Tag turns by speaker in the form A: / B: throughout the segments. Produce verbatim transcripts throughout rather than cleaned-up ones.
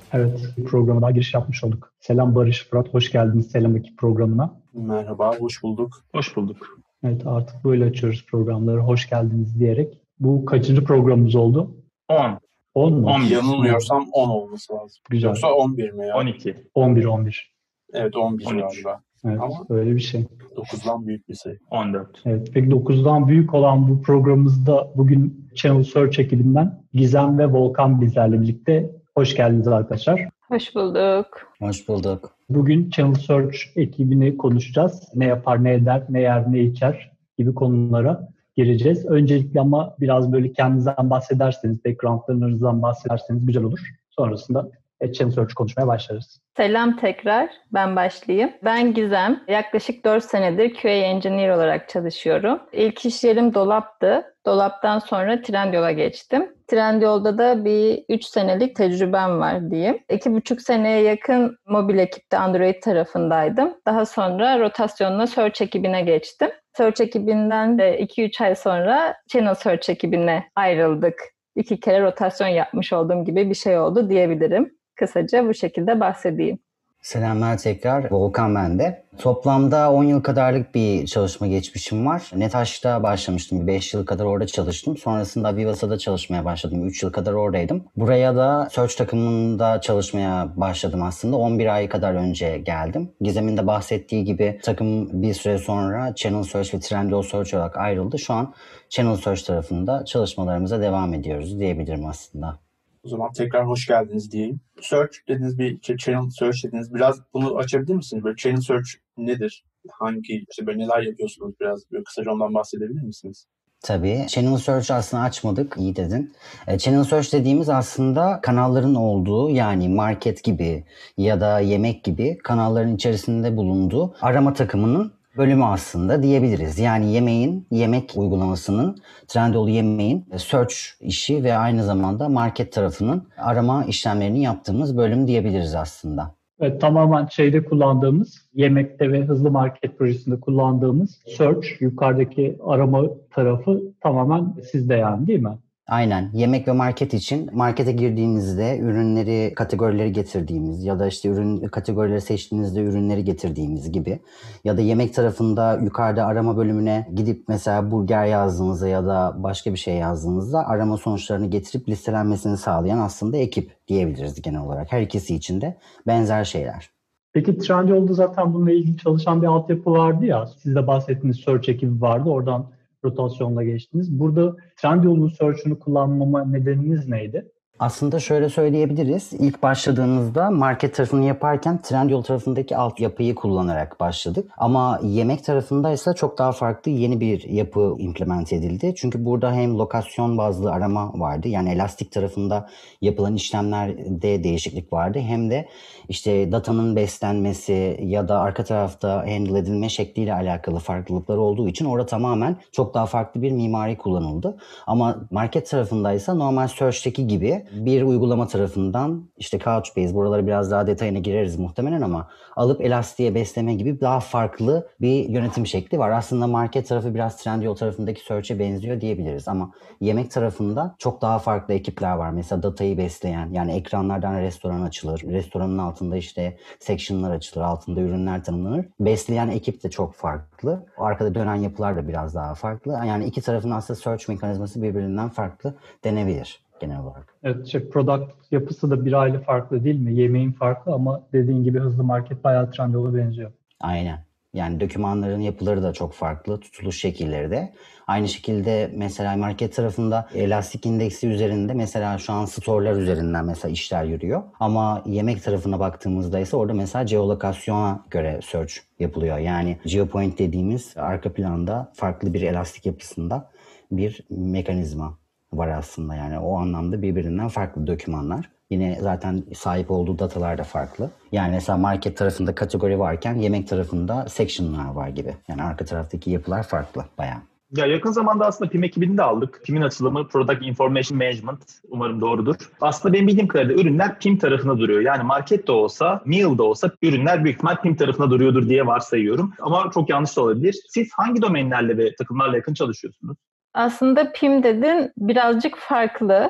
A: Evet, bir programa daha giriş yapmış olduk. Selam Barış, Fırat, hoş geldiniz Selam Ekip programına.
B: Merhaba, hoş bulduk.
C: Hoş bulduk.
A: Evet, artık böyle açıyoruz programları, hoş geldiniz diyerek. Bu kaçıncı programımız oldu?
C: on.
A: on mu?
C: on bir.
B: Yanılmıyorsam on olması lazım.
A: Güzel.
B: Yoksa on bir mi ya?
C: on iki.
A: on bir, on bir.
B: Evet, on bir
C: on üç.
B: galiba.
A: Evet,
B: Ama
A: öyle bir şey.
B: dokuzdan büyük bir sayı.
C: on dört.
A: Evet, peki dokuzdan büyük olan bu programımızda bugün Channel Search ekibinden Gizem ve Volkan bizlerle birlikte. Hoş geldiniz arkadaşlar.
D: Hoş bulduk.
E: Hoş bulduk.
A: Bugün Channel Search ekibini konuşacağız. Ne yapar, ne eder, ne yer, ne içer gibi konulara gireceğiz. Öncelikle ama biraz böyle kendinizden bahsederseniz, backgroundlarınızdan bahsederseniz güzel olur. Sonrasında Channel Search konuşmaya başlarız.
D: Selam tekrar. Ben başlayayım. Ben Gizem. Yaklaşık dört senedir Q A Engineer olarak çalışıyorum. İlk iş yerim Dolap'tı. Dolap'tan sonra Trendyol'a geçtim. Trendyol'da da bir üç senelik tecrübem var diyeyim. iki buçuk seneye yakın mobil ekipte Android tarafındaydım. Daha sonra rotasyonla Search ekibine geçtim. Search ekibinden de iki üç ay sonra Channel Search ekibine ayrıldık. İki kere rotasyon yapmış olduğum gibi bir şey oldu diyebilirim. Kısaca bu şekilde bahsedeyim.
E: Selamlar tekrar. Volkan ben de. Toplamda on yıl kadarlık bir çalışma geçmişim var. Netaş'ta başlamıştım. beş yıl kadar orada çalıştım. Sonrasında Vivasa'da çalışmaya başladım. üç yıl kadar oradaydım. Buraya da Search takımında çalışmaya başladım aslında. on bir ay kadar önce geldim. Gizem'in de bahsettiği gibi takım bir süre sonra Channel Search ve Trendyol Search olarak ayrıldı. Şu an Channel Search tarafında çalışmalarımıza devam ediyoruz diyebilirim aslında.
B: O zaman tekrar hoş geldiniz diyeyim. Search dediniz, bir channel search dediniz. Biraz bunu açabilir misiniz? Böyle channel search nedir? Hangi, işte böyle neler yapıyorsunuz? Biraz böyle kısaca ondan bahsedebilir misiniz?
E: Tabii. Channel Search aslında açmadık. İyi dedin. Channel Search dediğimiz aslında kanalların olduğu, yani market gibi ya da yemek gibi kanalların içerisinde bulunduğu arama takımının bölümü aslında diyebiliriz. Yani yemeğin, yemek uygulamasının, Trendyol yemeğin search işi ve aynı zamanda market tarafının arama işlemlerini yaptığımız bölüm diyebiliriz aslında.
A: Evet, tamamen şeyde kullandığımız, yemekte ve hızlı market projesinde kullandığımız search, yukarıdaki arama tarafı tamamen sizde yani, değil mi?
E: Aynen. Yemek ve market için markete girdiğinizde ürünleri, kategorileri getirdiğimiz ya da işte ürün kategorileri seçtiğinizde ürünleri getirdiğimiz gibi ya da yemek tarafında yukarıda arama bölümüne gidip mesela burger yazdığınızda ya da başka bir şey yazdığınızda arama sonuçlarını getirip listelenmesini sağlayan aslında ekip diyebiliriz genel olarak. Her ikisi için de benzer şeyler.
A: Peki Trendyol'da zaten bununla ilgili çalışan bir altyapı vardı ya, siz de bahsettiğiniz search ekibi vardı, oradan rotasyonla geçtiniz. Burada Trendyol'un search'ünü kullanmama nedeniniz neydi?
E: Aslında şöyle söyleyebiliriz. İlk başladığımızda market tarafını yaparken Trendyol tarafındaki altyapıyı kullanarak başladık. Ama yemek tarafındaysa çok daha farklı yeni bir yapı implement edildi. Çünkü burada hem lokasyon bazlı arama vardı. Yani elastik tarafında yapılan işlemlerde değişiklik vardı. Hem de işte datanın beslenmesi ya da arka tarafta handle edilme şekliyle alakalı farklılıklar olduğu için orada tamamen çok daha farklı bir mimari kullanıldı. Ama market tarafındaysa normal search'teki gibi bir uygulama tarafından işte Couchbase, buralara biraz daha detayına gireriz muhtemelen ama alıp elastiğe besleme gibi daha farklı bir yönetim şekli var. Aslında market tarafı biraz Trendyol tarafındaki search'e benziyor diyebiliriz ama yemek tarafında çok daha farklı ekipler var. Mesela datayı besleyen, yani ekranlardan restoran açılır. Restoranın altında işte section'lar açılır. Altında ürünler tanımlanır. Besleyen ekip de çok farklı. Arkada dönen yapılar da biraz daha farklı. Yani iki tarafın aslında search mekanizması birbirinden farklı denebilir genel olarak.
A: Evet, şey, product yapısı da bir aile farklı değil mi? Yemeğin farklı ama dediğin gibi hızlı market bayağı Trendyol'a benziyor.
E: Aynen. Yani dokümanların yapıları da çok farklı, tutuluş şekilleri de. Aynı şekilde mesela market tarafında elastik indeksi üzerinde mesela şu an store'lar üzerinden mesela işler yürüyor. Ama yemek tarafına baktığımızda ise orada mesela geolokasyona göre search yapılıyor. Yani geopoint dediğimiz arka planda farklı bir elastik yapısında bir mekanizma var aslında. Yani o anlamda birbirinden farklı dokümanlar. Yine zaten sahip olduğu datalar da farklı. Yani mesela market tarafında kategori varken yemek tarafında section'lar var gibi. Yani arka taraftaki yapılar farklı bayağı.
C: Ya yakın zamanda aslında P I M ekibini de aldık. P I M'in açılımı Product Information Management. Umarım doğrudur. Aslında benim bildiğim kadarıyla ürünler P I M tarafına duruyor. Yani market de olsa, meal de olsa ürünler büyük ihtimal P I M tarafına duruyordur diye varsayıyorum. Ama çok yanlış da olabilir. Siz hangi domainlerle ve takımlarla yakın çalışıyorsunuz?
D: Aslında P I M dedin birazcık farklı.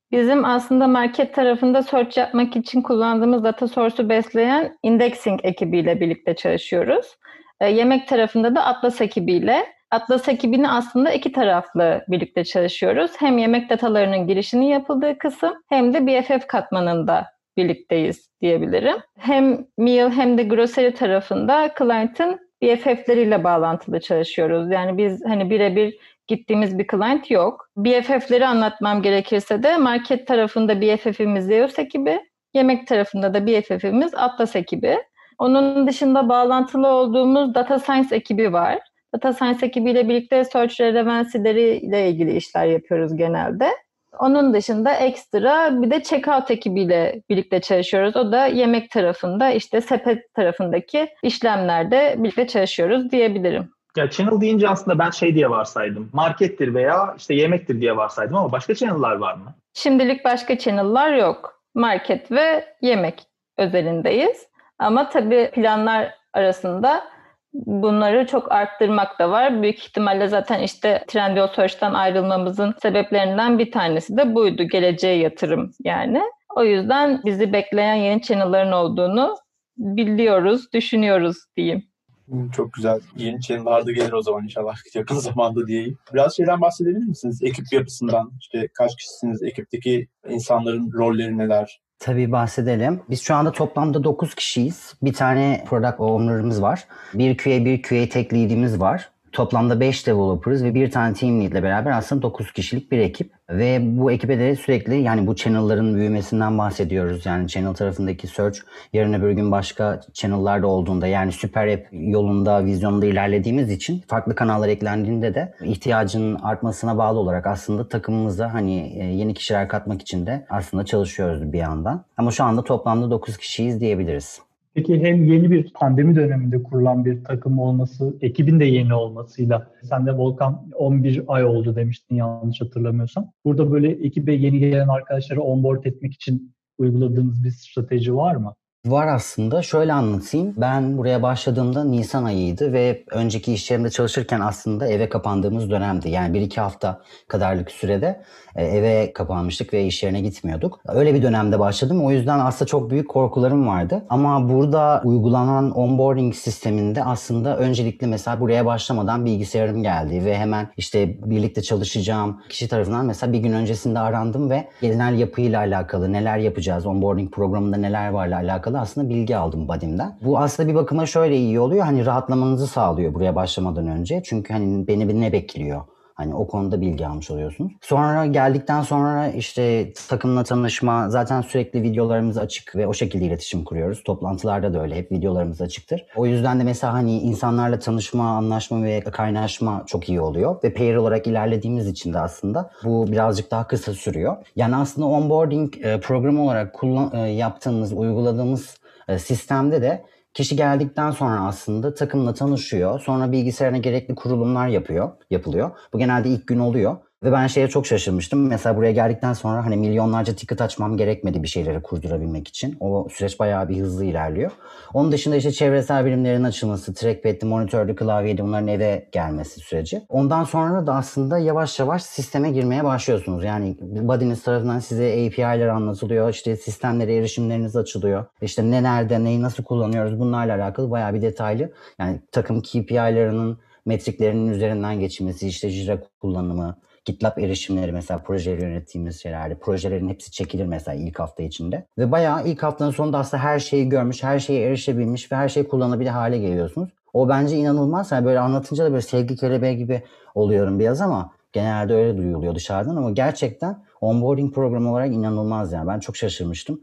D: Bizim aslında market tarafında search yapmak için kullandığımız data source'u besleyen indexing ekibiyle birlikte çalışıyoruz. E, yemek tarafında da Atlas ekibiyle. Atlas ekibini aslında iki taraflı birlikte çalışıyoruz. Hem yemek datalarının girişinin yapıldığı kısım hem de B F F katmanında birlikteyiz diyebilirim. Hem meal hem de grocery tarafında client'ın B F F'leriyle bağlantılı çalışıyoruz. Yani biz hani birebir gittiğimiz bir client yok. B F F'leri anlatmam gerekirse de market tarafında B F F'imiz Zeus ekibi, yemek tarafında da B F F'imiz Atlas ekibi. Onun dışında bağlantılı olduğumuz Data Science ekibi var. Data Science ekibiyle birlikte search relevancy'leri ile ilgili işler yapıyoruz genelde. Onun dışında ekstra bir de checkout ekibiyle birlikte çalışıyoruz. O da yemek tarafında, işte sepet tarafındaki işlemlerde birlikte çalışıyoruz diyebilirim.
C: Ya channel deyince aslında ben şey diye varsaydım. Markettir veya işte yemektir diye varsaydım ama başka channel'lar var mı?
D: Şimdilik başka channel'lar yok. Market ve yemek özelindeyiz. Ama tabii planlar arasında bunları çok arttırmak da var. Büyük ihtimalle zaten işte Trendyol Search'tan ayrılmamızın sebeplerinden bir tanesi de buydu. Geleceğe yatırım yani. O yüzden bizi bekleyen yeni channel'ların olduğunu biliyoruz, düşünüyoruz diyeyim.
B: Çok güzel. Yeni channel'lar da gelir o zaman inşallah yakın zamanda diyeyim. Biraz şeyden bahsedebilir misiniz? Ekip yapısından, işte kaç kişisiniz, ekipteki insanların rolleri neler?
E: Tabii bahsedelim. Biz şu anda toplamda dokuz kişiyiz. Bir tane product owner'ımız var. Bir Q A, bir Q A tech lead'imiz var. Toplamda beş developer'ız ve bir tane team lead ile beraber aslında dokuz kişilik bir ekip. Ve bu ekibe de sürekli yani bu channel'ların büyümesinden bahsediyoruz. Yani channel tarafındaki search yarın öbür gün başka channel'larda olduğunda yani süper app yolunda, vizyonunda ilerlediğimiz için farklı kanallar eklendiğinde de ihtiyacın artmasına bağlı olarak aslında takımımıza hani yeni kişiler katmak için de aslında çalışıyoruz bir yandan. Ama şu anda toplamda dokuz kişiyiz diyebiliriz.
A: Peki hem yeni bir pandemi döneminde kurulan bir takım olması, ekibin de yeni olmasıyla, sen de Volkan on bir ay oldu demiştin yanlış hatırlamıyorsam. Burada böyle ekibe yeni gelen arkadaşları onboard etmek için uyguladığınız bir strateji var mı?
E: Var aslında. Şöyle anlatayım. Ben buraya başladığımda Nisan ayıydı ve önceki iş yerimde çalışırken aslında eve kapandığımız dönemdi. Yani bir iki hafta kadarlık sürede eve kapanmıştık ve iş yerine gitmiyorduk. Öyle bir dönemde başladım. O yüzden aslında çok büyük korkularım vardı. Ama burada uygulanan onboarding sisteminde aslında öncelikle mesela buraya başlamadan bilgisayarım geldi ve hemen işte birlikte çalışacağım kişi tarafından mesela bir gün öncesinde arandım ve genel yapıyla alakalı neler yapacağız, onboarding programında neler varla alakalı aslında bilgi aldım Budim'den. Bu aslında bir bakıma şöyle iyi oluyor. Hani rahatlamanızı sağlıyor buraya başlamadan önce. Çünkü hani beni ne bekliyor? Hani o konuda bilgi almış oluyorsunuz. Sonra geldikten sonra işte takımla tanışma, zaten sürekli videolarımız açık ve o şekilde iletişim kuruyoruz. Toplantılarda da öyle hep videolarımız açıktır. O yüzden de mesela hani insanlarla tanışma, anlaşma ve kaynaşma çok iyi oluyor. Ve pair olarak ilerlediğimiz için de aslında bu birazcık daha kısa sürüyor. Yani aslında onboarding programı olarak kullan- yaptığımız, uyguladığımız sistemde de kişi geldikten sonra aslında takımla tanışıyor. Sonra bilgisayarına gerekli kurulumlar yapıyor, yapılıyor. Bu genelde ilk gün oluyor. Ve ben şeye çok şaşırmıştım. Mesela buraya geldikten sonra hani milyonlarca ticket açmam gerekmedi bir şeyleri kurdurabilmek için. O süreç bayağı bir hızlı ilerliyor. Onun dışında işte çevresel birimlerin açılması, trackpad'li, monitörlü, klavyeli bunların eve gelmesi süreci. Ondan sonra da aslında yavaş yavaş sisteme girmeye başlıyorsunuz. Yani Buddy'niz tarafından size A P I'ler anlatılıyor. İşte sistemlere erişimleriniz açılıyor. İşte ne nerede, neyi nasıl kullanıyoruz bunlarla alakalı bayağı bir detaylı. Yani takım K P I'lerinin, metriklerinin üzerinden geçilmesi, işte Jira kullanımı, GitLab erişimleri mesela projeleri yönettiğimiz şeylerdi. Projelerin hepsi çekilir mesela ilk hafta içinde. Ve bayağı ilk haftanın sonunda aslında her şeyi görmüş, her şeye erişebilmiş ve her şeyi kullanabilir hale geliyorsunuz. O bence inanılmaz. Yani böyle anlatınca da böyle sevgi kelebeği gibi oluyorum biraz ama genelde öyle duyuluyor dışarıdan ama gerçekten onboarding programı olarak inanılmaz yani. Ben çok şaşırmıştım.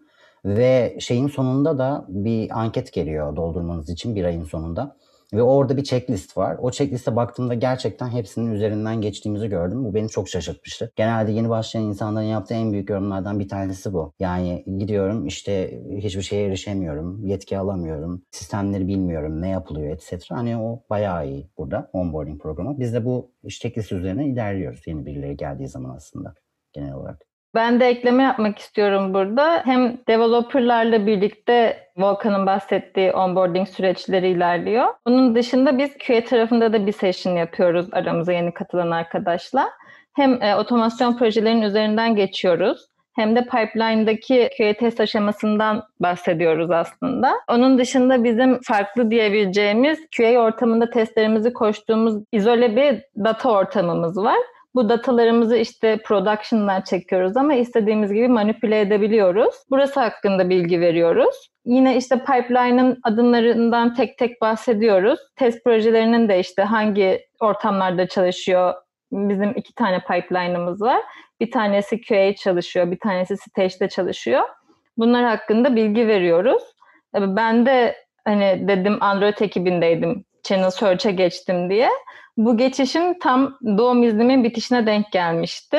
E: Ve şeyin sonunda da bir anket geliyor doldurmanız için bir ayın sonunda. Ve orada bir checklist var. O checkliste baktığımda gerçekten hepsinin üzerinden geçtiğimizi gördüm. Bu beni çok şaşırtmıştı. Genelde yeni başlayan insanların yaptığı en büyük yorumlardan bir tanesi bu. Yani gidiyorum işte hiçbir şeye erişemiyorum, yetki alamıyorum, sistemleri bilmiyorum, ne yapılıyor et cetera. Hani o bayağı iyi burada onboarding programı. Biz de bu checklist üzerine ilerliyoruz yeni birileri geldiği zaman aslında genel olarak.
D: Ben de ekleme yapmak istiyorum burada. Hem developerlarla birlikte Volkan'ın bahsettiği onboarding süreçleri ilerliyor. Bunun dışında biz Q A tarafında da bir session yapıyoruz aramıza yeni katılan arkadaşla. Hem e, otomasyon projelerinin üzerinden geçiyoruz. hem de pipeline'daki Q A test aşamasından bahsediyoruz aslında. Onun dışında bizim farklı diyebileceğimiz Q A ortamında testlerimizi koştuğumuz izole bir data ortamımız var. Bu datalarımızı işte production'dan çekiyoruz ama istediğimiz gibi manipüle edebiliyoruz. Burası hakkında bilgi veriyoruz. Yine işte pipeline'ın adımlarından tek tek bahsediyoruz. Test projelerinin de işte hangi ortamlarda çalışıyor. Bizim iki tane pipeline'ımız var. Bir tanesi Q A çalışıyor, bir tanesi stage'de çalışıyor. Bunlar hakkında bilgi veriyoruz. Ben de hani dedim Android ekibindeydim, Channel Search'e geçtim diye. Bu geçişim tam doğum iznimin bitişine denk gelmişti.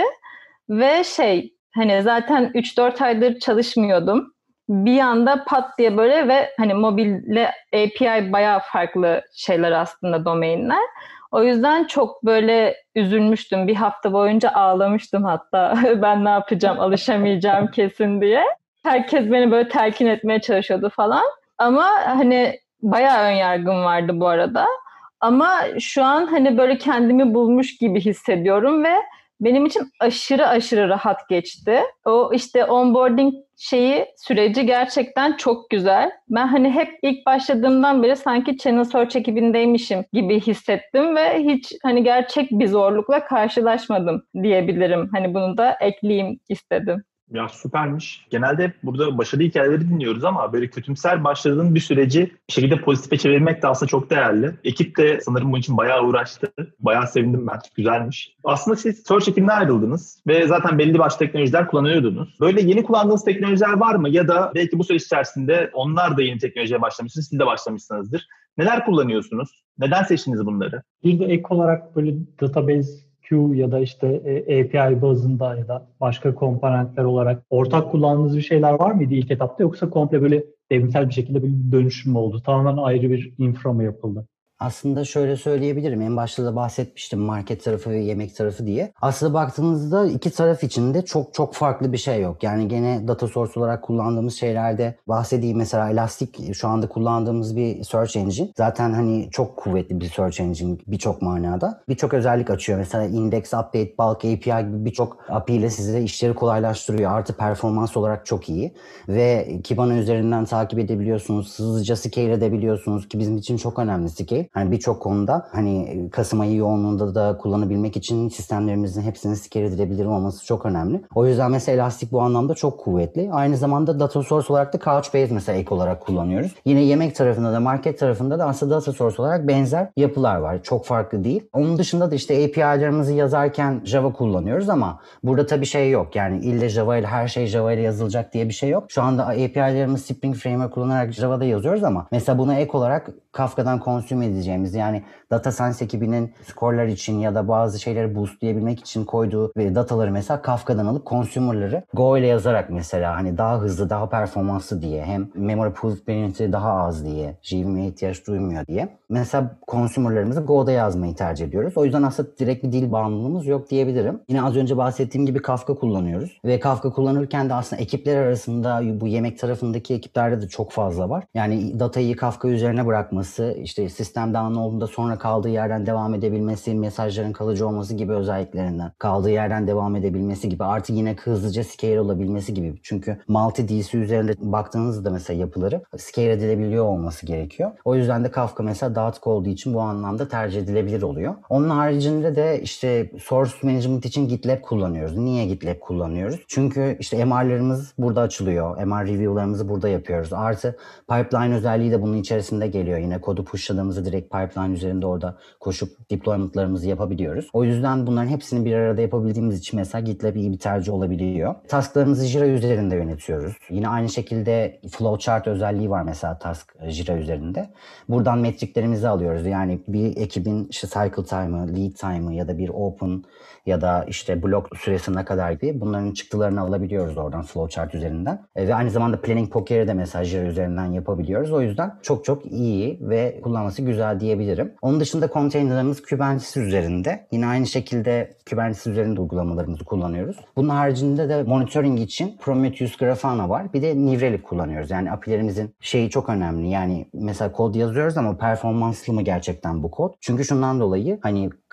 D: Ve şey hani zaten üç dört aydır çalışmıyordum. Bir anda pat diye böyle ve hani mobille A P I bayağı farklı şeyler aslında domainler. O yüzden çok böyle üzülmüştüm. Bir hafta boyunca ağlamıştım hatta. Ben ne yapacağım, alışamayacağım kesin diye. Herkes beni böyle telkin etmeye çalışıyordu falan. Ama hani bayağı önyargım vardı bu arada. Ama şu an hani böyle kendimi bulmuş gibi hissediyorum ve benim için aşırı aşırı rahat geçti. O işte onboarding şeyi, süreci gerçekten çok güzel. Ben hani hep ilk başladığımdan beri sanki Channel Search ekibindeymişim gibi hissettim ve hiç hani gerçek bir zorlukla karşılaşmadım diyebilirim. Hani bunu da ekleyeyim istedim.
C: Ya süpermiş. Genelde hep burada başarı hikayeleri dinliyoruz ama böyle kötümser başladığın bir süreci bir şekilde pozitife çevirmek de aslında çok değerli. Ekip de sanırım bunun için bayağı uğraştı. Bayağı sevindim ben. Güzelmiş. Aslında siz Search ekibinden ayrıldınız ve zaten belli başlı teknolojiler kullanıyordunuz. Böyle yeni kullandığınız teknolojiler var mı? Ya da belki bu süreç içerisinde onlar da yeni teknolojiye başlamışsınız, siz de başlamışsınızdır. Neler kullanıyorsunuz? Neden seçtiniz bunları?
A: Bir de ek olarak böyle database Q ya da işte A P I bazında ya da başka komponentler olarak ortak kullandığınız bir şeyler var mıydı ilk etapta, yoksa komple böyle devrimsel bir şekilde bir dönüşüm mü oldu? Tamamen ayrı bir infra mı yapıldı?
E: Aslında şöyle söyleyebilirim. En başta da bahsetmiştim market tarafı ve yemek tarafı diye. Aslında baktığınızda iki taraf içinde çok çok farklı bir şey yok. Yani gene data source olarak kullandığımız şeylerde bahsedeyim. Mesela Elastic şu anda kullandığımız bir search engine. Zaten hani çok kuvvetli bir search engine birçok manada. Birçok özellik açıyor. Mesela index, update, bulk A P I gibi birçok A P I ile size işleri kolaylaştırıyor. Artı performans olarak çok iyi. Ve Kibana üzerinden takip edebiliyorsunuz. Hızlıca scale edebiliyorsunuz ki bizim için çok önemli scale. Hani birçok konuda hani Kasım ayı yoğunluğunda da kullanabilmek için sistemlerimizin hepsini scale edilebilir olması çok önemli. O yüzden mesela Elastic bu anlamda çok kuvvetli. Aynı zamanda data source olarak da Couchbase mesela ek olarak kullanıyoruz. Yine yemek tarafında da market tarafında da aslında data source olarak benzer yapılar var. Çok farklı değil. Onun dışında da işte A P I'larımızı yazarken Java kullanıyoruz ama burada tabii şey yok. Yani ille Java ile her şey Java ile yazılacak diye bir şey yok. Şu anda A P I'larımız Spring Framework kullanarak Java'da yazıyoruz ama mesela buna ek olarak Kafka'dan consume edeceğimiz, yani data science ekibinin score'lar için ya da bazı şeyleri boostlayabilmek için koyduğu ve dataları mesela Kafka'dan alıp consumer'ları Go ile yazarak mesela hani daha hızlı, daha performanslı diye, hem memory footprint'i daha az diye, G V M'ye ihtiyaç duymuyor diye. Mesela consumer'larımızı Go'da yazmayı tercih ediyoruz. O yüzden aslında direkt bir dil bağımlılığımız yok diyebilirim. Yine az önce bahsettiğim gibi Kafka kullanıyoruz. Ve Kafka kullanırken de aslında ekipler arasında bu yemek tarafındaki ekiplerde de çok fazla var. Yani datayı Kafka üzerine bırakması, işte sistem down olduğunda sonra kaldığı yerden devam edebilmesi, mesajların kalıcı olması gibi özelliklerinden, kaldığı yerden devam edebilmesi gibi, artı yine hızlıca scale olabilmesi gibi. Çünkü multi-D C üzerinde baktığınızda mesela yapıları scale edilebiliyor olması gerekiyor. O yüzden de Kafka mesela dağıtık olduğu için bu anlamda tercih edilebilir oluyor. Onun haricinde de işte source management için GitLab kullanıyoruz. Niye GitLab kullanıyoruz? Çünkü işte M R'larımız burada açılıyor. M R review'larımızı burada yapıyoruz. Artı pipeline özelliği de bunun içerisinde geliyor. Yine kodu pushladığımızda direkt pipeline üzerinde orada koşup deployment'larımızı yapabiliyoruz. O yüzden bunların hepsini bir arada yapabildiğimiz için mesela GitLab iyi bir tercih olabiliyor. Task'larımızı Jira üzerinde yönetiyoruz. Yine aynı şekilde flowchart özelliği var mesela Task Jira üzerinde. Buradan metriklerimizi alıyoruz. Yani bir ekibin işte cycle time'ı, lead time'ı ya da bir open ya da işte blok süresine kadar gibi bunların çıktılarını alabiliyoruz oradan flowchart üzerinden. E, ve aynı zamanda planning poker'i de mesela Jira üzerinden yapabiliyoruz. O yüzden çok çok iyi ve kullanması güzel diyebilirim. Onun dışında containerlarımız Kubernetes üzerinde. Yine aynı şekilde Kubernetes üzerinde uygulamalarımızı kullanıyoruz. Bunun haricinde de monitoring için Prometheus Grafana var. Bir de New Relic kullanıyoruz. Yani A P I'lerimizin şeyi çok önemli. Yani mesela kod yazıyoruz ama performanslı mı gerçekten bu kod? Çünkü şundan dolayı hani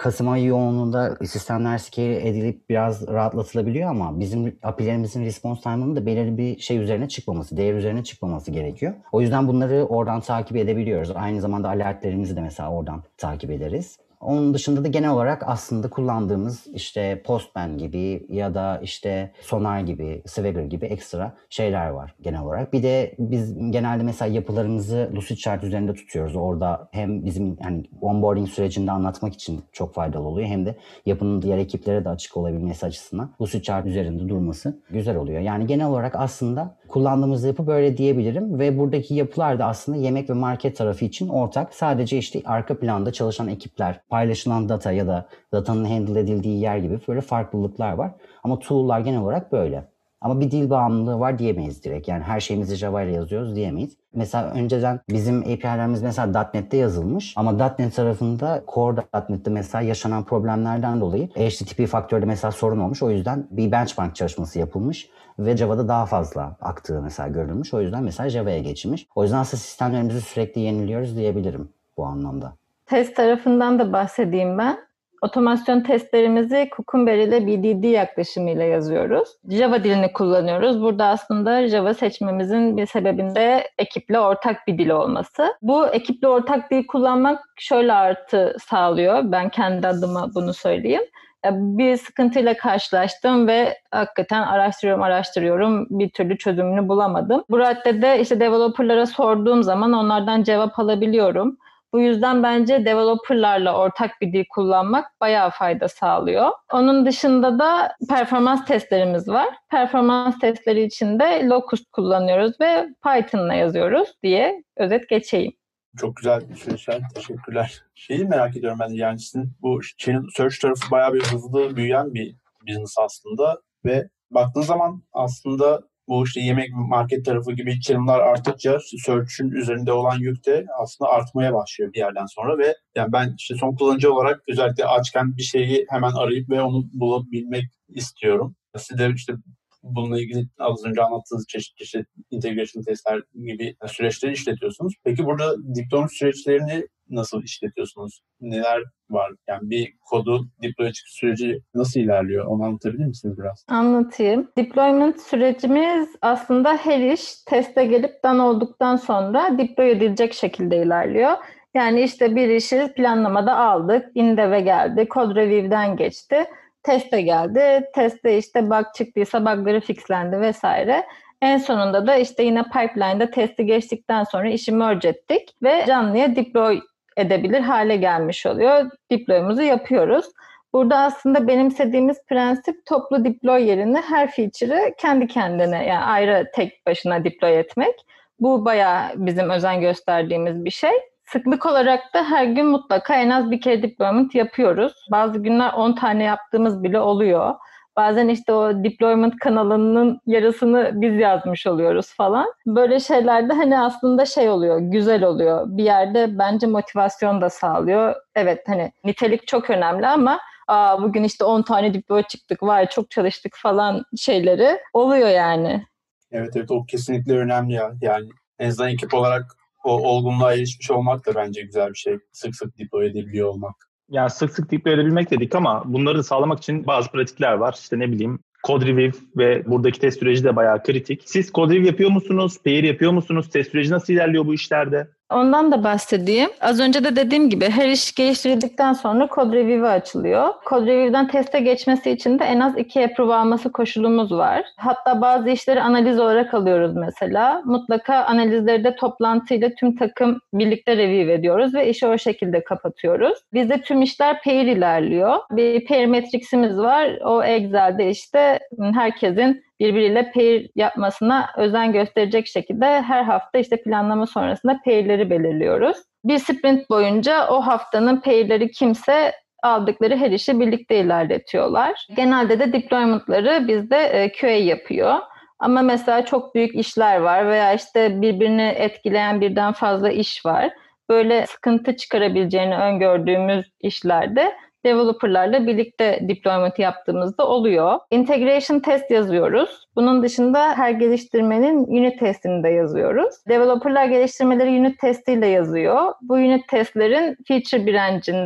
E: Kasım ayı yoğunluğunda sistemler scale edilip biraz rahatlatılabiliyor ama bizim A P I'lerimizin response time'ının da belirli bir şey üzerine çıkmaması, değer üzerine çıkmaması gerekiyor. O yüzden bunları oradan takip edebiliyoruz. Aynı zamanda alertlerimizi de mesela oradan takip ederiz. Onun dışında da genel olarak aslında kullandığımız işte Postman gibi ya da işte Sonar gibi, Swagger gibi ekstra şeyler var genel olarak. Bir de biz genelde mesela yapılarımızı Lucidchart üzerinde tutuyoruz. Orada hem bizim yani onboarding sürecinde anlatmak için çok faydalı oluyor hem de yapının diğer ekiplere de açık olabilmesi açısından Lucidchart üzerinde durması güzel oluyor. Yani genel olarak aslında kullandığımız yapı böyle diyebilirim ve buradaki yapılar da aslında yemek ve market tarafı için ortak. Sadece işte arka planda çalışan ekipler, paylaşılan data ya da datanın handle edildiği yer gibi böyle farklılıklar var. Ama tool'lar genel olarak böyle. Ama bir dil bağımlılığı var diyemeyiz direkt. Yani her şeyimizi Java ile yazıyoruz diyemeyiz. Mesela önceden bizim A P I'lerimiz mesela .nokta net'te yazılmış ama .nokta net tarafında Core nokta net'te mesela yaşanan problemlerden dolayı H T T P faktörde mesela sorun olmuş. O yüzden bir benchmark çalışması yapılmış ve Java'da daha fazla aktığı mesela görülmüş. O yüzden mesela Java'ya geçilmiş. O yüzden aslında sistemlerimizi sürekli yeniliyoruz diyebilirim bu anlamda.
D: Test tarafından da bahsedeyim ben. Otomasyon testlerimizi Cucumber ile B D D yaklaşımıyla yazıyoruz. Java dilini kullanıyoruz. Burada aslında Java seçmemizin bir sebebinde ekiple ortak bir dil olması. Bu ekiple ortak dil kullanmak şöyle artı sağlıyor. Ben kendi adıma bunu söyleyeyim. Bir sıkıntıyla karşılaştım ve hakikaten araştırıyorum araştırıyorum bir türlü çözümünü bulamadım. Bu raddede işte developerlara sorduğum zaman onlardan cevap alabiliyorum. Bu yüzden bence developerlarla ortak bir dil kullanmak bayağı fayda sağlıyor. Onun dışında da performans testlerimiz var. Performans testleri için de Locust kullanıyoruz ve Python'la yazıyoruz diye özet geçeyim.
B: Çok güzel bir süreçler. Teşekkürler. Şeyi merak ediyorum ben de, yani sizin bu channel search tarafı bayağı bir hızlı büyüyen bir business aslında ve baktığın zaman aslında bu işte yemek market tarafı gibi channel'lar arttıkça search'ün üzerinde olan yük de aslında artmaya başlıyor bir yerden sonra ve yani ben işte son kullanıcı olarak özellikle açken bir şeyi hemen arayıp ve onu bulabilmek istiyorum. Siz de işte bununla ilgili az önce anlattığınız çeşitli işte integration testler gibi süreçleri işletiyorsunuz. Peki burada deployment süreçlerini nasıl işletiyorsunuz? Neler var? Yani bir kodu deploy süreci nasıl ilerliyor? Onu anlatabilir misiniz biraz?
D: Anlatayım. Deployment sürecimiz aslında her iş teste gelip done olduktan sonra deploy edilecek şekilde ilerliyor. Yani işte bir işi planlamada aldık, indev'e geldi, code review'den geçti. Teste geldi. Testte işte bug çıktıysa bug'ları fixlendi vesaire. En sonunda da işte yine pipeline'da testi geçtikten sonra işi merge ettik ve canlıya deploy edebilir hale gelmiş oluyor. Deploy'umuzu yapıyoruz. Burada aslında benimsediğimiz prensip toplu deploy yerine her feature'ı kendi kendine yani ayrı tek başına deploy etmek. Bu bayağı bizim özen gösterdiğimiz bir şey. Sıklık olarak da her gün mutlaka en az bir kere deployment yapıyoruz. Bazı günler on tane yaptığımız bile oluyor. Bazen işte o deployment kanalının yarısını biz yazmış oluyoruz falan. Böyle şeylerde hani aslında şey oluyor, güzel oluyor. Bir yerde bence motivasyon da sağlıyor. Evet hani nitelik çok önemli ama Aa, bugün işte on tane deploy çıktık, vay çok çalıştık falan şeyleri oluyor yani.
B: Evet evet, o kesinlikle önemli ya. Yani en azından ekip olarak o olgunluğa erişmiş olmak da bence güzel bir şey. Sık sık deploy edebiliyor olmak.
C: Yani sık sık deploy edebilmek dedik ama bunları sağlamak için bazı pratikler var. İşte ne bileyim code review ve buradaki test süreci de bayağı kritik. Siz code review yapıyor musunuz? Pair yapıyor musunuz? Test süreci nasıl ilerliyor bu işlerde?
D: Ondan da bahsedeyim. Az önce de dediğim gibi her iş geliştirildikten sonra code review'e açılıyor. Code review'den teste geçmesi için de en az iki approve alması koşulumuz var. Hatta bazı işleri analiz olarak alıyoruz mesela. Mutlaka analizleri de toplantıyla tüm takım birlikte review ediyoruz ve işi o şekilde kapatıyoruz. Bizde tüm işler pair ilerliyor. Bir pair matrix'imiz var. O Excel'de işte herkesin birbiriyle pair yapmasına özen gösterecek şekilde her hafta işte planlama sonrasında pair'leri belirliyoruz. Bir sprint boyunca o haftanın pair'leri kimse aldıkları her işi birlikte ilerletiyorlar. Genelde de deployment'ları bizde Q A yapıyor. Ama mesela çok büyük işler var veya işte birbirini etkileyen birden fazla iş var. Böyle sıkıntı çıkarabileceğini öngördüğümüz işlerde developerlarla birlikte deployment yaptığımızda oluyor. Integration test yazıyoruz. Bunun dışında her geliştirmenin unit testini de yazıyoruz. Developerlar geliştirmeleri unit testiyle yazıyor. Bu unit testlerin feature branch'inde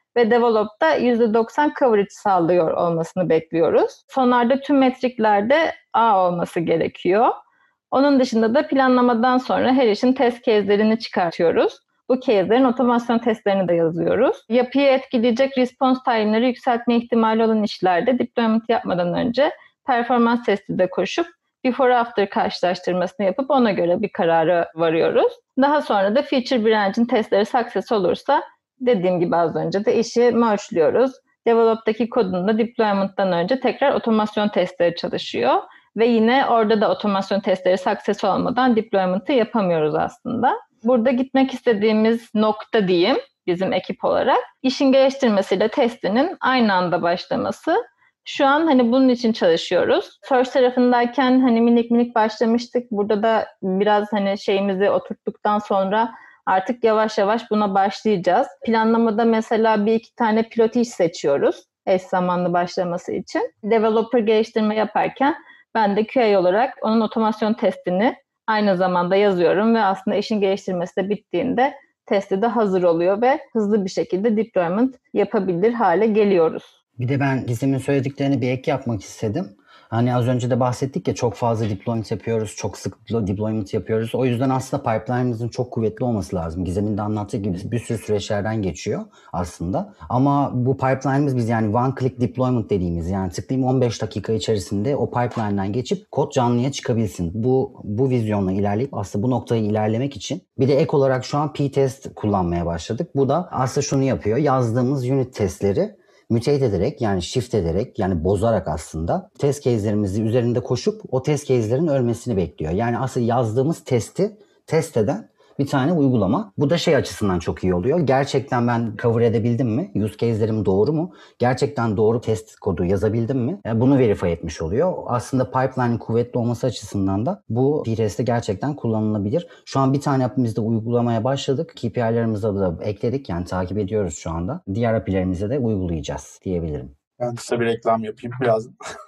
D: ve develop'ta yüzde doksan coverage sağlıyor olmasını bekliyoruz. Sonlarda tüm metriklerde A olması gerekiyor. Onun dışında da planlamadan sonra her işin test case'lerini çıkartıyoruz. Bu case'lerin otomasyon testlerini de yazıyoruz. Yapıyı etkileyecek response time'ları yükseltme ihtimali olan işlerde deployment yapmadan önce performans testi de koşup before after karşılaştırmasını yapıp ona göre bir karara varıyoruz. Daha sonra da feature branch'in testleri success olursa dediğim gibi az önce de işi merge'liyoruz. Develop'taki kodun da deployment'tan önce tekrar otomasyon testleri çalışıyor. Ve yine orada da otomasyon testleri success olmadan deployment'ı yapamıyoruz aslında. Burada gitmek istediğimiz nokta diyeyim bizim ekip olarak işin geliştirmesiyle testinin aynı anda başlaması. Şu an hani bunun için çalışıyoruz. Search tarafındayken hani minik minik başlamıştık. Burada da biraz hani şeyimizi oturttuktan sonra artık yavaş yavaş buna başlayacağız. Planlamada mesela bir iki tane pilot iş seçiyoruz eş zamanlı başlaması için. Developer geliştirme yaparken ben de Q A olarak onun otomasyon testini aynı zamanda yazıyorum ve aslında işin geliştirmesi de bittiğinde testi de hazır oluyor ve hızlı bir şekilde deployment yapabilir hale geliyoruz.
E: Bir de ben Gizem'in söylediklerine bir ek yapmak istedim. Hani az önce de bahsettik ya çok fazla deployment yapıyoruz, çok sık deployment yapıyoruz. O yüzden aslında pipeline'ımızın çok kuvvetli olması lazım. Gizem'in de anlattığı gibi bir sürü süreçlerden geçiyor aslında. Ama bu pipeline'ımız biz yani one click deployment dediğimiz yani tıklayayım on beş dakika içerisinde o pipeline'dan geçip kod canlıya çıkabilsin. Bu bu vizyonla ilerleyip aslında bu noktayı ilerlemek için bir de ek olarak şu an P-test kullanmaya başladık. Bu da aslında şunu yapıyor. Yazdığımız unit testleri mutate ederek yani shift ederek yani bozarak aslında test case'lerimizi üzerinde koşup o test case'lerin ölmesini bekliyor. Yani aslında yazdığımız testi test eden bir tane uygulama. Bu da şey açısından çok iyi oluyor. Gerçekten ben cover edebildim mi? Use case'lerim doğru mu? Gerçekten doğru test kodu yazabildim mi? Yani bunu verify etmiş oluyor. Aslında pipeline'in kuvvetli olması açısından da bu P-test'te gerçekten kullanılabilir. Şu an bir tane app'imizde uygulamaya başladık. K P I'lerimizi da ekledik. Yani takip ediyoruz şu anda. Diğer app'lerimize de uygulayacağız diyebilirim.
B: Ben kısa bir reklam yapayım biraz.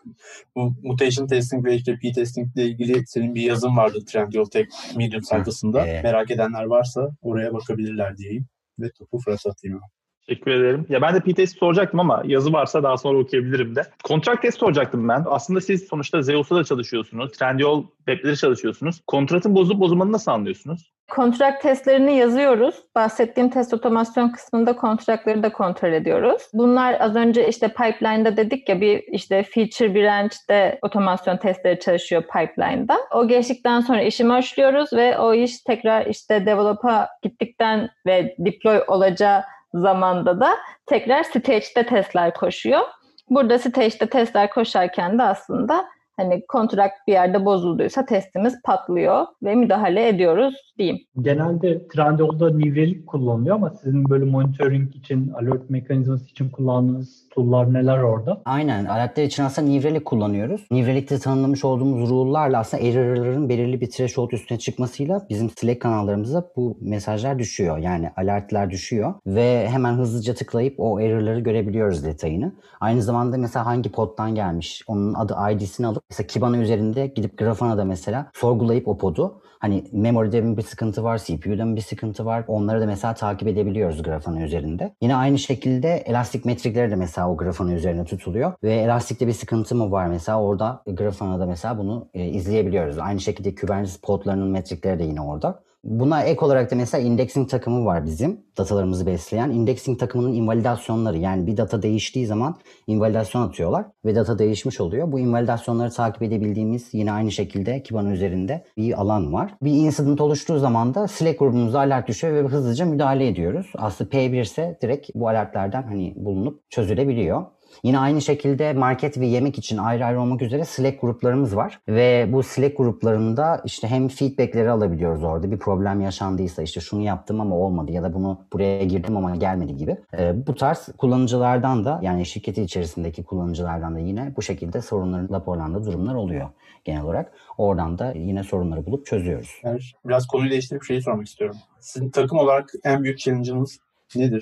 B: Bu mutation testing ve işte p-testing ile ilgili senin bir yazın vardı Trendyol Tech Medium sayfasında.
E: Evet.
B: Merak edenler varsa oraya bakabilirler diyeyim. Ve topu Fırat'a atayım.
C: Teşekkür ederim. Ya ben de P-test soracaktım ama yazı varsa daha sonra okuyabilirim de. Kontrat test soracaktım ben. Aslında siz sonuçta Zeus'ta da çalışıyorsunuz. Trendyol web'leri çalışıyorsunuz. Kontratın bozup bozulmanı nasıl anlıyorsunuz?
D: Kontrat testlerini yazıyoruz. Bahsettiğim test otomasyon kısmında kontratları da kontrol ediyoruz. Bunlar az önce işte pipeline'da dedik ya bir işte feature branch'te otomasyon testleri çalışıyor pipeline'da. O geçtikten sonra işi merge'liyoruz ve o iş tekrar işte develop'a gittikten ve deploy olacağı zamanda da tekrar stage'de testler koşuyor. Burada stage'de testler koşarken de aslında hani kontrat bir yerde bozulduysa testimiz patlıyor ve müdahale ediyoruz diyeyim.
A: Genelde Trendyol'da New Relic kullanılıyor ama sizin böyle monitoring için, alert mekanizması için kullandığınız tool'lar neler orada?
E: Aynen. Aletler için aslında New Relic kullanıyoruz. New Relic'te tanımlamış olduğumuz rule'larla aslında error'ların belirli bir threshold üstüne çıkmasıyla bizim Slack kanallarımıza bu mesajlar düşüyor. Yani alertler düşüyor ve hemen hızlıca tıklayıp o error'ları görebiliyoruz detayını. Aynı zamanda mesela hangi poddan gelmiş, onun adı I D'sini alıp mesela Kibana üzerinde gidip Grafana'da mesela sorgulayıp o podu hani memory'de mi bir sıkıntı var, C P U'da mı bir sıkıntı var onları da mesela takip edebiliyoruz Grafana üzerinde. Yine aynı şekilde elastik metrikleri de mesela o Grafana üzerine tutuluyor ve elastikte bir sıkıntı mı var mesela orada Grafana'da mesela bunu e, izleyebiliyoruz. Aynı şekilde Kubernetes podlarının metrikleri de yine orada. Buna ek olarak da mesela indexing takımı var bizim datalarımızı besleyen. Indexing takımının invalidasyonları yani bir data değiştiği zaman invalidasyon atıyorlar ve data değişmiş oluyor. Bu invalidasyonları takip edebildiğimiz yine aynı şekilde Kibana üzerinde bir alan var. Bir incident oluştuğu zaman da Slack grubumuza alert düşüyor ve hızlıca müdahale ediyoruz. Aslında P bir ise direkt bu alertlerden hani bulunup çözülebiliyor. Yine aynı şekilde market ve yemek için ayrı ayrı olmak üzere Slack gruplarımız var. Ve bu Slack gruplarında işte hem feedbackleri alabiliyoruz orada. Bir problem yaşandıysa işte şunu yaptım ama olmadı ya da bunu buraya girdim ama gelmedi gibi. Ee, bu tarz kullanıcılardan da yani şirketi içerisindeki kullanıcılardan da yine bu şekilde sorunların raporlandığı durumlar oluyor genel olarak. Oradan da yine sorunları bulup çözüyoruz.
B: Yani biraz konuyu değiştirip şeyi sormak istiyorum. Sizin takım olarak en büyük challenge'ınız nedir?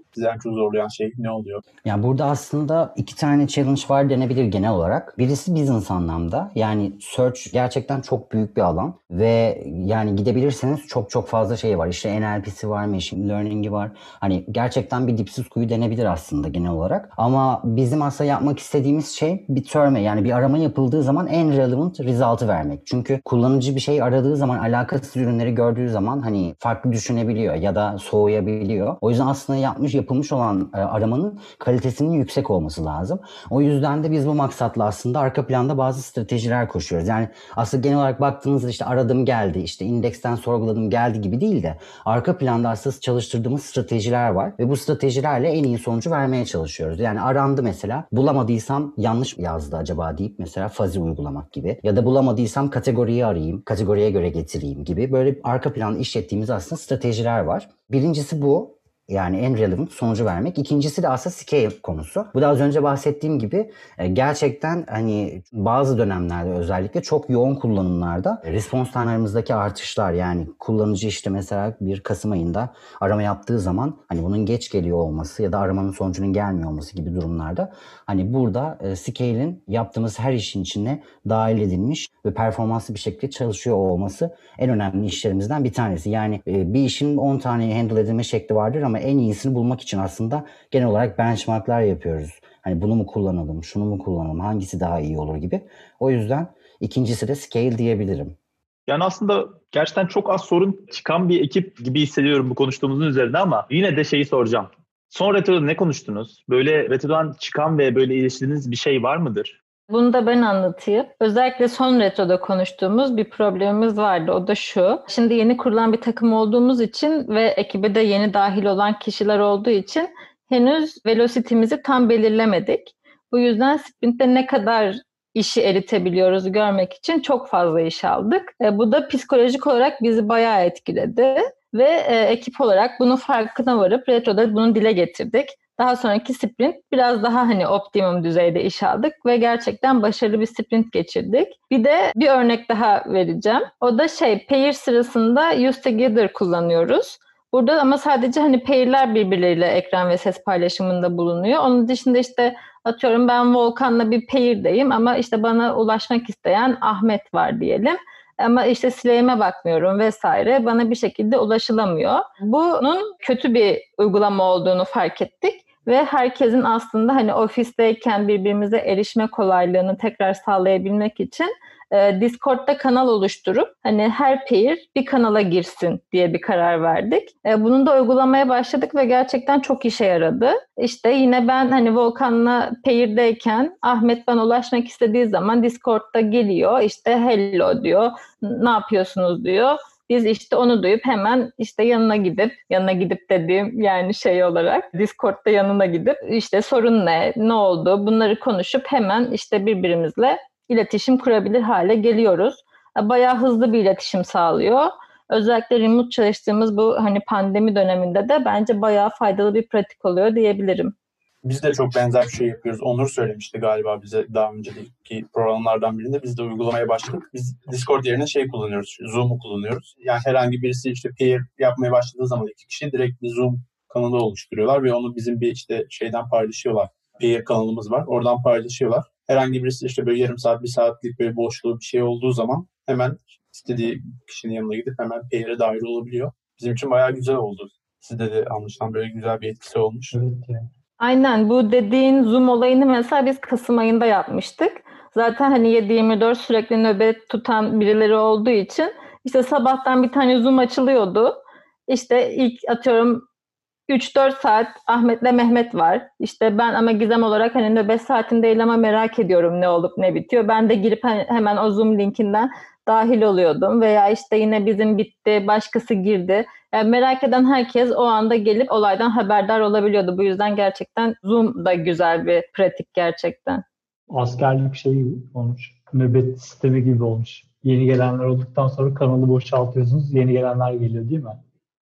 B: Sizi en çok zorlayan şey ne oluyor?
E: Yani burada aslında iki tane challenge var denebilir genel olarak. Birisi business anlamda. Yani search gerçekten çok büyük bir alan ve yani gidebilirseniz çok çok fazla şey var. İşte N L P'si var, machine learning'i var. Hani gerçekten bir dipsiz kuyu denebilir aslında genel olarak. Ama bizim aslında yapmak istediğimiz şey bir terme, yani bir arama yapıldığı zaman en relevant result'ı vermek. Çünkü kullanıcı bir şey aradığı zaman, alakasız ürünleri gördüğü zaman hani farklı düşünebiliyor ya da soğuyabiliyor. O yüzden aslında yapmış yapılmış olan e, aramanın kalitesinin yüksek olması lazım. O yüzden de biz bu maksatla aslında arka planda bazı stratejiler koşuyoruz. Yani aslında genel olarak baktığınızda işte aradım geldi, işte indeksten sorguladım geldi gibi değil de arka planda aslında çalıştırdığımız stratejiler var ve bu stratejilerle en iyi sonucu vermeye çalışıyoruz. Yani arandı mesela, bulamadıysam yanlış yazdı acaba deyip mesela fuzzy uygulamak gibi ya da bulamadıysam kategoriyi arayayım, kategoriye göre getireyim gibi böyle arka planda işlettiğimiz aslında stratejiler var. Birincisi bu. Yani en relevant sonucu vermek. İkincisi de aslında scale konusu. Bu da az önce bahsettiğim gibi gerçekten hani bazı dönemlerde özellikle çok yoğun kullanımlarda response time'larımızdaki artışlar, yani kullanıcı işte mesela bir Kasım ayında arama yaptığı zaman hani bunun geç geliyor olması ya da aramanın sonucunun gelmiyor olması gibi durumlarda hani burada scale'in yaptığımız her işin içine dahil edilmiş ve performanslı bir şekilde çalışıyor olması en önemli işlerimizden bir tanesi. Yani bir işin on tane handle edilme şekli vardır ama en iyisini bulmak için aslında genel olarak benchmarklar yapıyoruz. Hani bunu mu kullanalım, şunu mu kullanalım, hangisi daha iyi olur gibi. O yüzden ikincisi de scale diyebilirim.
C: Yani aslında gerçekten çok az sorun çıkan bir ekip gibi hissediyorum bu konuştuğumuzun üzerine ama yine de şeyi soracağım. Son retroda ne konuştunuz? Böyle retrodan çıkan ve böyle ilişkiniz bir şey var mıdır?
D: Bunu da ben anlatayım. Özellikle son retroda konuştuğumuz bir problemimiz vardı. O da şu. Şimdi yeni kurulan bir takım olduğumuz için ve ekibe de yeni dahil olan kişiler olduğu için henüz velocity'mizi tam belirlemedik. Bu yüzden sprintte ne kadar işi eritebiliyoruz görmek için çok fazla iş aldık. E, bu da psikolojik olarak bizi bayağı etkiledi. Ve e, ekip olarak bunun farkına varıp retroda bunu dile getirdik. Daha sonraki sprint biraz daha hani optimum düzeyde iş aldık ve gerçekten başarılı bir sprint geçirdik. Bir de bir örnek daha vereceğim. O da şey, pair sırasında use together kullanıyoruz. Burada ama sadece hani pair'ler birbirleriyle ekran ve ses paylaşımında bulunuyor. Onun dışında işte atıyorum ben Volkan'la bir pair'deyim ama işte bana ulaşmak isteyen Ahmet var diyelim. Ama işte Süleyman'a bakmıyorum vesaire. Bana bir şekilde ulaşılamıyor. Bunun kötü bir uygulama olduğunu fark ettik. Ve herkesin aslında hani ofisteyken birbirimize erişme kolaylığını tekrar sağlayabilmek için e, Discord'da kanal oluşturup hani her pair bir kanala girsin diye bir karar verdik. E, bunu da uygulamaya başladık ve gerçekten çok işe yaradı. İşte yine ben hani Volkan'la pair'deyken Ahmet bana ulaşmak istediği zaman Discord'da geliyor. İşte hello diyor, ne yapıyorsunuz diyor. Biz işte onu duyup hemen işte yanına gidip, yanına gidip dediğim yani şey olarak Discord'da yanına gidip işte sorun ne, ne oldu bunları konuşup hemen işte birbirimizle iletişim kurabilir hale geliyoruz. Bayağı hızlı bir iletişim sağlıyor. Özellikle remote çalıştığımız bu hani pandemi döneminde de bence bayağı faydalı bir pratik oluyor diyebilirim.
B: Biz de çok benzer bir şey yapıyoruz. Onur söylemişti galiba bize daha önceki programlardan birinde. Biz de uygulamaya başladık. Biz Discord yerine şey kullanıyoruz. Zoom'u kullanıyoruz. Yani herhangi birisi işte pair yapmaya başladığı zaman iki kişi direkt bir Zoom kanalı oluşturuyorlar ve onu bizim bir işte şeyden paylaşıyorlar. Pair kanalımız var. Oradan paylaşıyorlar. Herhangi birisi işte böyle yarım saat, bir saatlik böyle boşluğu bir şey olduğu zaman hemen istediği kişinin yanına gidip hemen pair'e dahil olabiliyor. Bizim için bayağı güzel oldu. Sizde de anlaşılan böyle güzel bir etkisi olmuş.
A: Evet yani.
D: Aynen, bu dediğin Zoom olayını mesela biz Kasım ayında yapmıştık. Zaten hani yedi yirmi dört sürekli nöbet tutan birileri olduğu için işte sabahtan bir tane Zoom açılıyordu. İşte ilk atıyorum üç dört saat Ahmet'le Mehmet var. İşte ben ama Gizem olarak hani nöbet saatinde değil ama merak ediyorum ne olup ne bitiyor. Ben de girip hemen o Zoom linkinden dahil oluyordum. Veya işte yine bizim bitti, başkası girdi. Yani merak eden herkes o anda gelip olaydan haberdar olabiliyordu. Bu yüzden gerçekten Zoom da güzel bir pratik gerçekten.
A: Askerlik şey gibi olmuş. Nöbet sistemi gibi olmuş. Yeni gelenler olduktan sonra kanalı boşaltıyorsunuz. Yeni gelenler geliyor değil mi?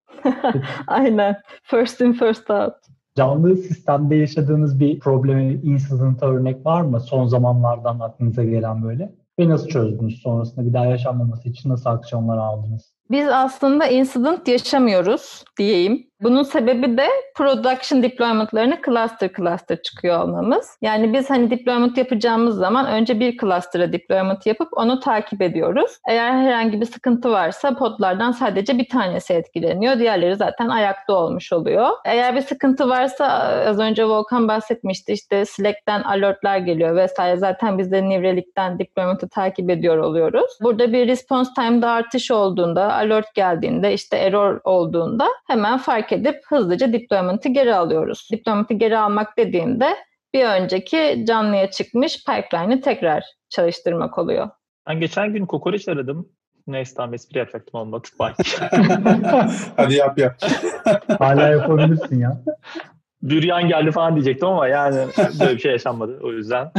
D: Aynen. First in first out.
A: Canlı sistemde yaşadığınız bir problemi, incident örnek var mı? Son zamanlardan aklınıza gelen böyle. Ve nasıl çözdünüz sonrasında? Bir daha yaşanmaması için nasıl aksiyonlar aldınız?
D: Biz aslında incident yaşamıyoruz diyeyim. Bunun sebebi de production deployment'larını cluster cluster çıkıyor olmamız. Yani biz hani deployment yapacağımız zaman önce bir cluster'a deployment yapıp onu takip ediyoruz. Eğer herhangi bir sıkıntı varsa podlardan sadece bir tanesi etkileniyor. Diğerleri zaten ayakta olmuş oluyor. Eğer bir sıkıntı varsa az önce Volkan bahsetmişti, işte Slack'ten alertler geliyor vesaire. Zaten biz de New Relic'ten deployment'ı takip ediyor oluyoruz. Burada bir response time'da artış olduğunda, alert geldiğinde, işte error olduğunda hemen fark edip hızlıca deployment'ı geri alıyoruz. Deployment'ı geri almak dediğimde bir önceki canlıya çıkmış pipeline'ı tekrar çalıştırmak oluyor.
C: Ben geçen gün kokoreç aradım. Neyse, tam espri yapacaktım, olmadı. Bye.
B: Hadi yap yap.
A: Hala yapabilirsin ya.
C: Büryan geldi falan diyecektim ama yani böyle bir şey yaşanmadı. O yüzden.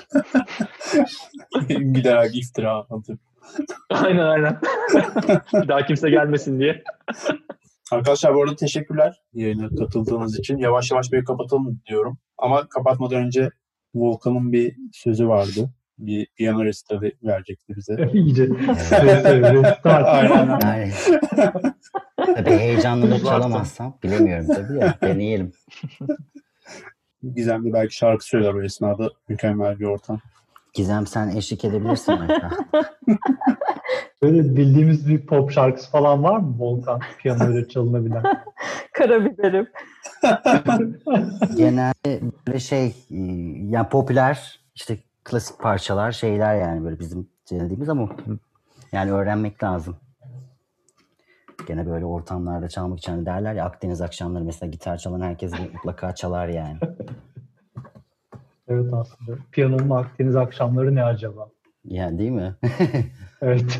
B: Giderek iftira atıp.
C: Aynen aynen. Bir daha kimse gelmesin diye.
B: Arkadaşlar bu arada teşekkürler yayına katıldığınız için. Yavaş yavaş bir kapatalım diyorum. Ama kapatmadan önce Volkan'ın bir sözü vardı. Bir piyano resitali verecekti bize.
A: İyice. Restart.
B: Aynen.
E: Yani, tabii heyecanlanıp çalamazsam bilemiyorum tabii ya. Deneyelim.
B: Gizem de belki şarkı söyler o esnada. Mükemmel bir ortam.
E: Gizem, sen eşlik edebilirsin mesela.
A: Böyle bildiğimiz bir pop şarkısı falan var mı Volkan? Piyanoyla çalınabilen.
D: Karabiberim.
E: Genelde böyle şey, yani popüler işte klasik parçalar, şeyler yani böyle bizim dinlediğimiz ama yani öğrenmek lazım. Gene böyle ortamlarda çalmak için, hani derler ya, Akdeniz akşamları mesela gitar çalan herkes mutlaka çalar yani.
A: Evet, aslında. Piyanonun Akdeniz akşamları ne acaba?
E: Yani değil mi?
A: Evet.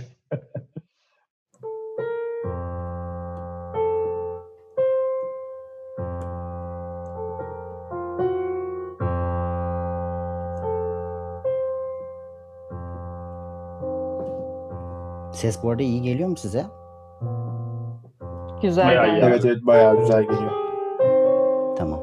E: Ses bu arada iyi geliyor mu size?
D: Güzel.
C: Bayağı
D: yani.
C: iyi.
B: Evet evet bayağı güzel geliyor.
E: Tamam.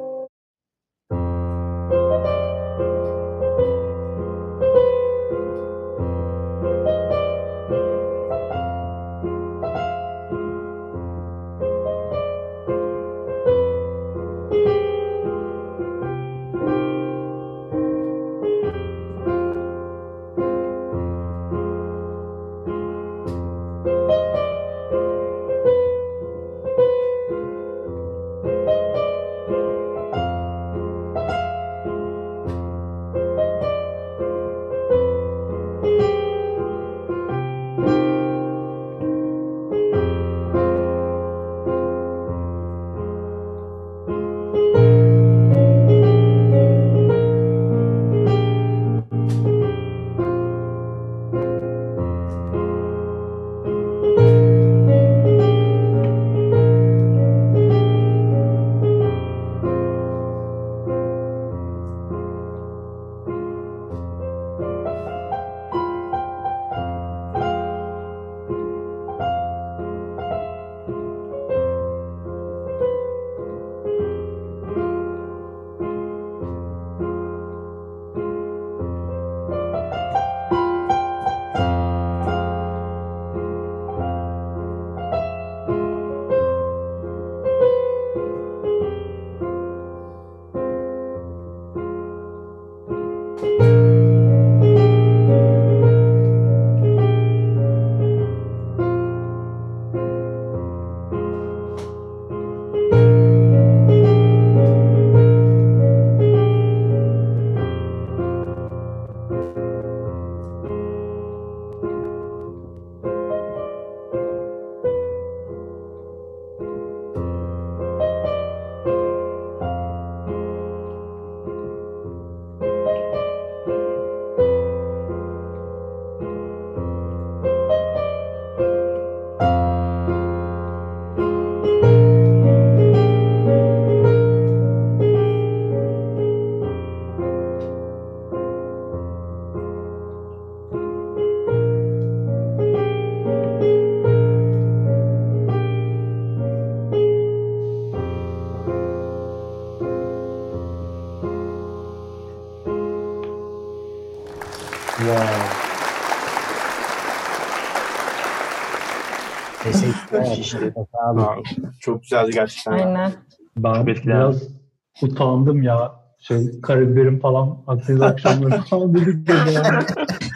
E: Teşekkürler.
C: İşte.
E: Sağ olun.
B: Aa, çok güzeldi gerçekten.
D: Aynen.
A: Ben
C: Çok etkilendim.
A: biraz utandım ya. Şey, karabiberim falan Akdeniz akşamları falan dedik de yani.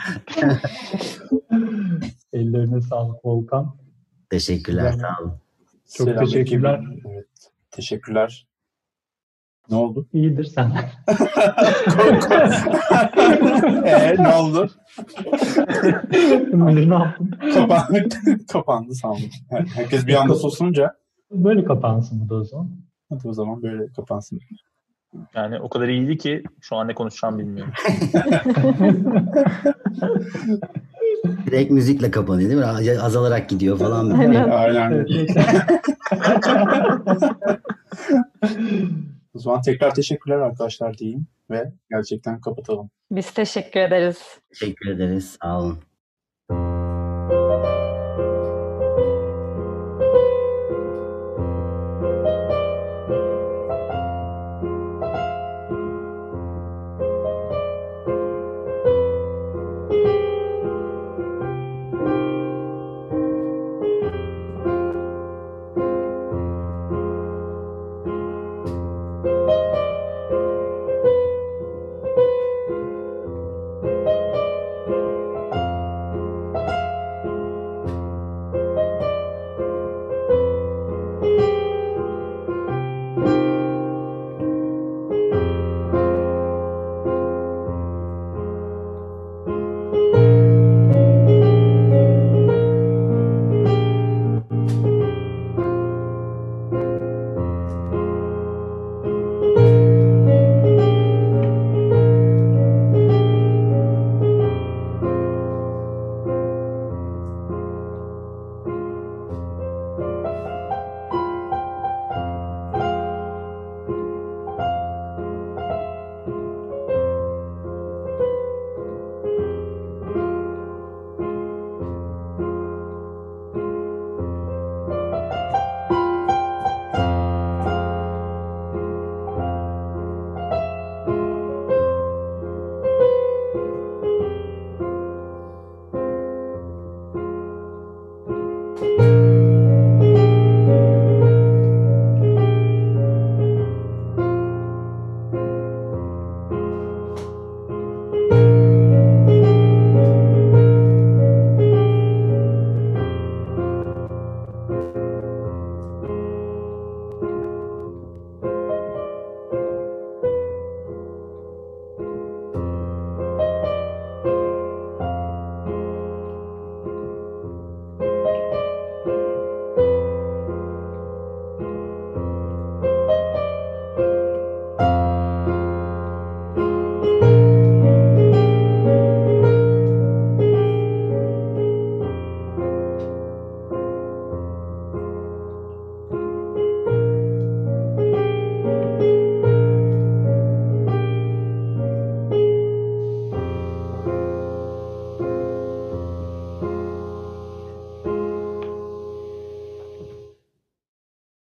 A: Ellerine sağlık Volkan.
E: Teşekkürler.
A: Güzel.
E: Sağ olun.
A: Çok
B: Selam
A: teşekkürler.
B: ekibim. Evet. Teşekkürler. Ne oldu?
A: İyidir sen.
B: Eee ne oldu?
A: Ömür ne yaptın?
B: Kapandı. Kapandı sandım. Herkes bir anda susununca
A: Böyle kapansın bu da o zaman.
B: hadi o zaman böyle kapansın.
C: Yani o kadar iyiydi ki şu an ne konuşacağımı bilmiyorum.
E: Direkt müzikle kapanıyor değil mi? Azalarak gidiyor falan.
D: Aynen.
B: Aynen. O zaman tekrar teşekkürler arkadaşlar diyeyim ve gerçekten kapatalım.
D: Biz teşekkür ederiz.
E: Teşekkür ederiz. Sağ olun.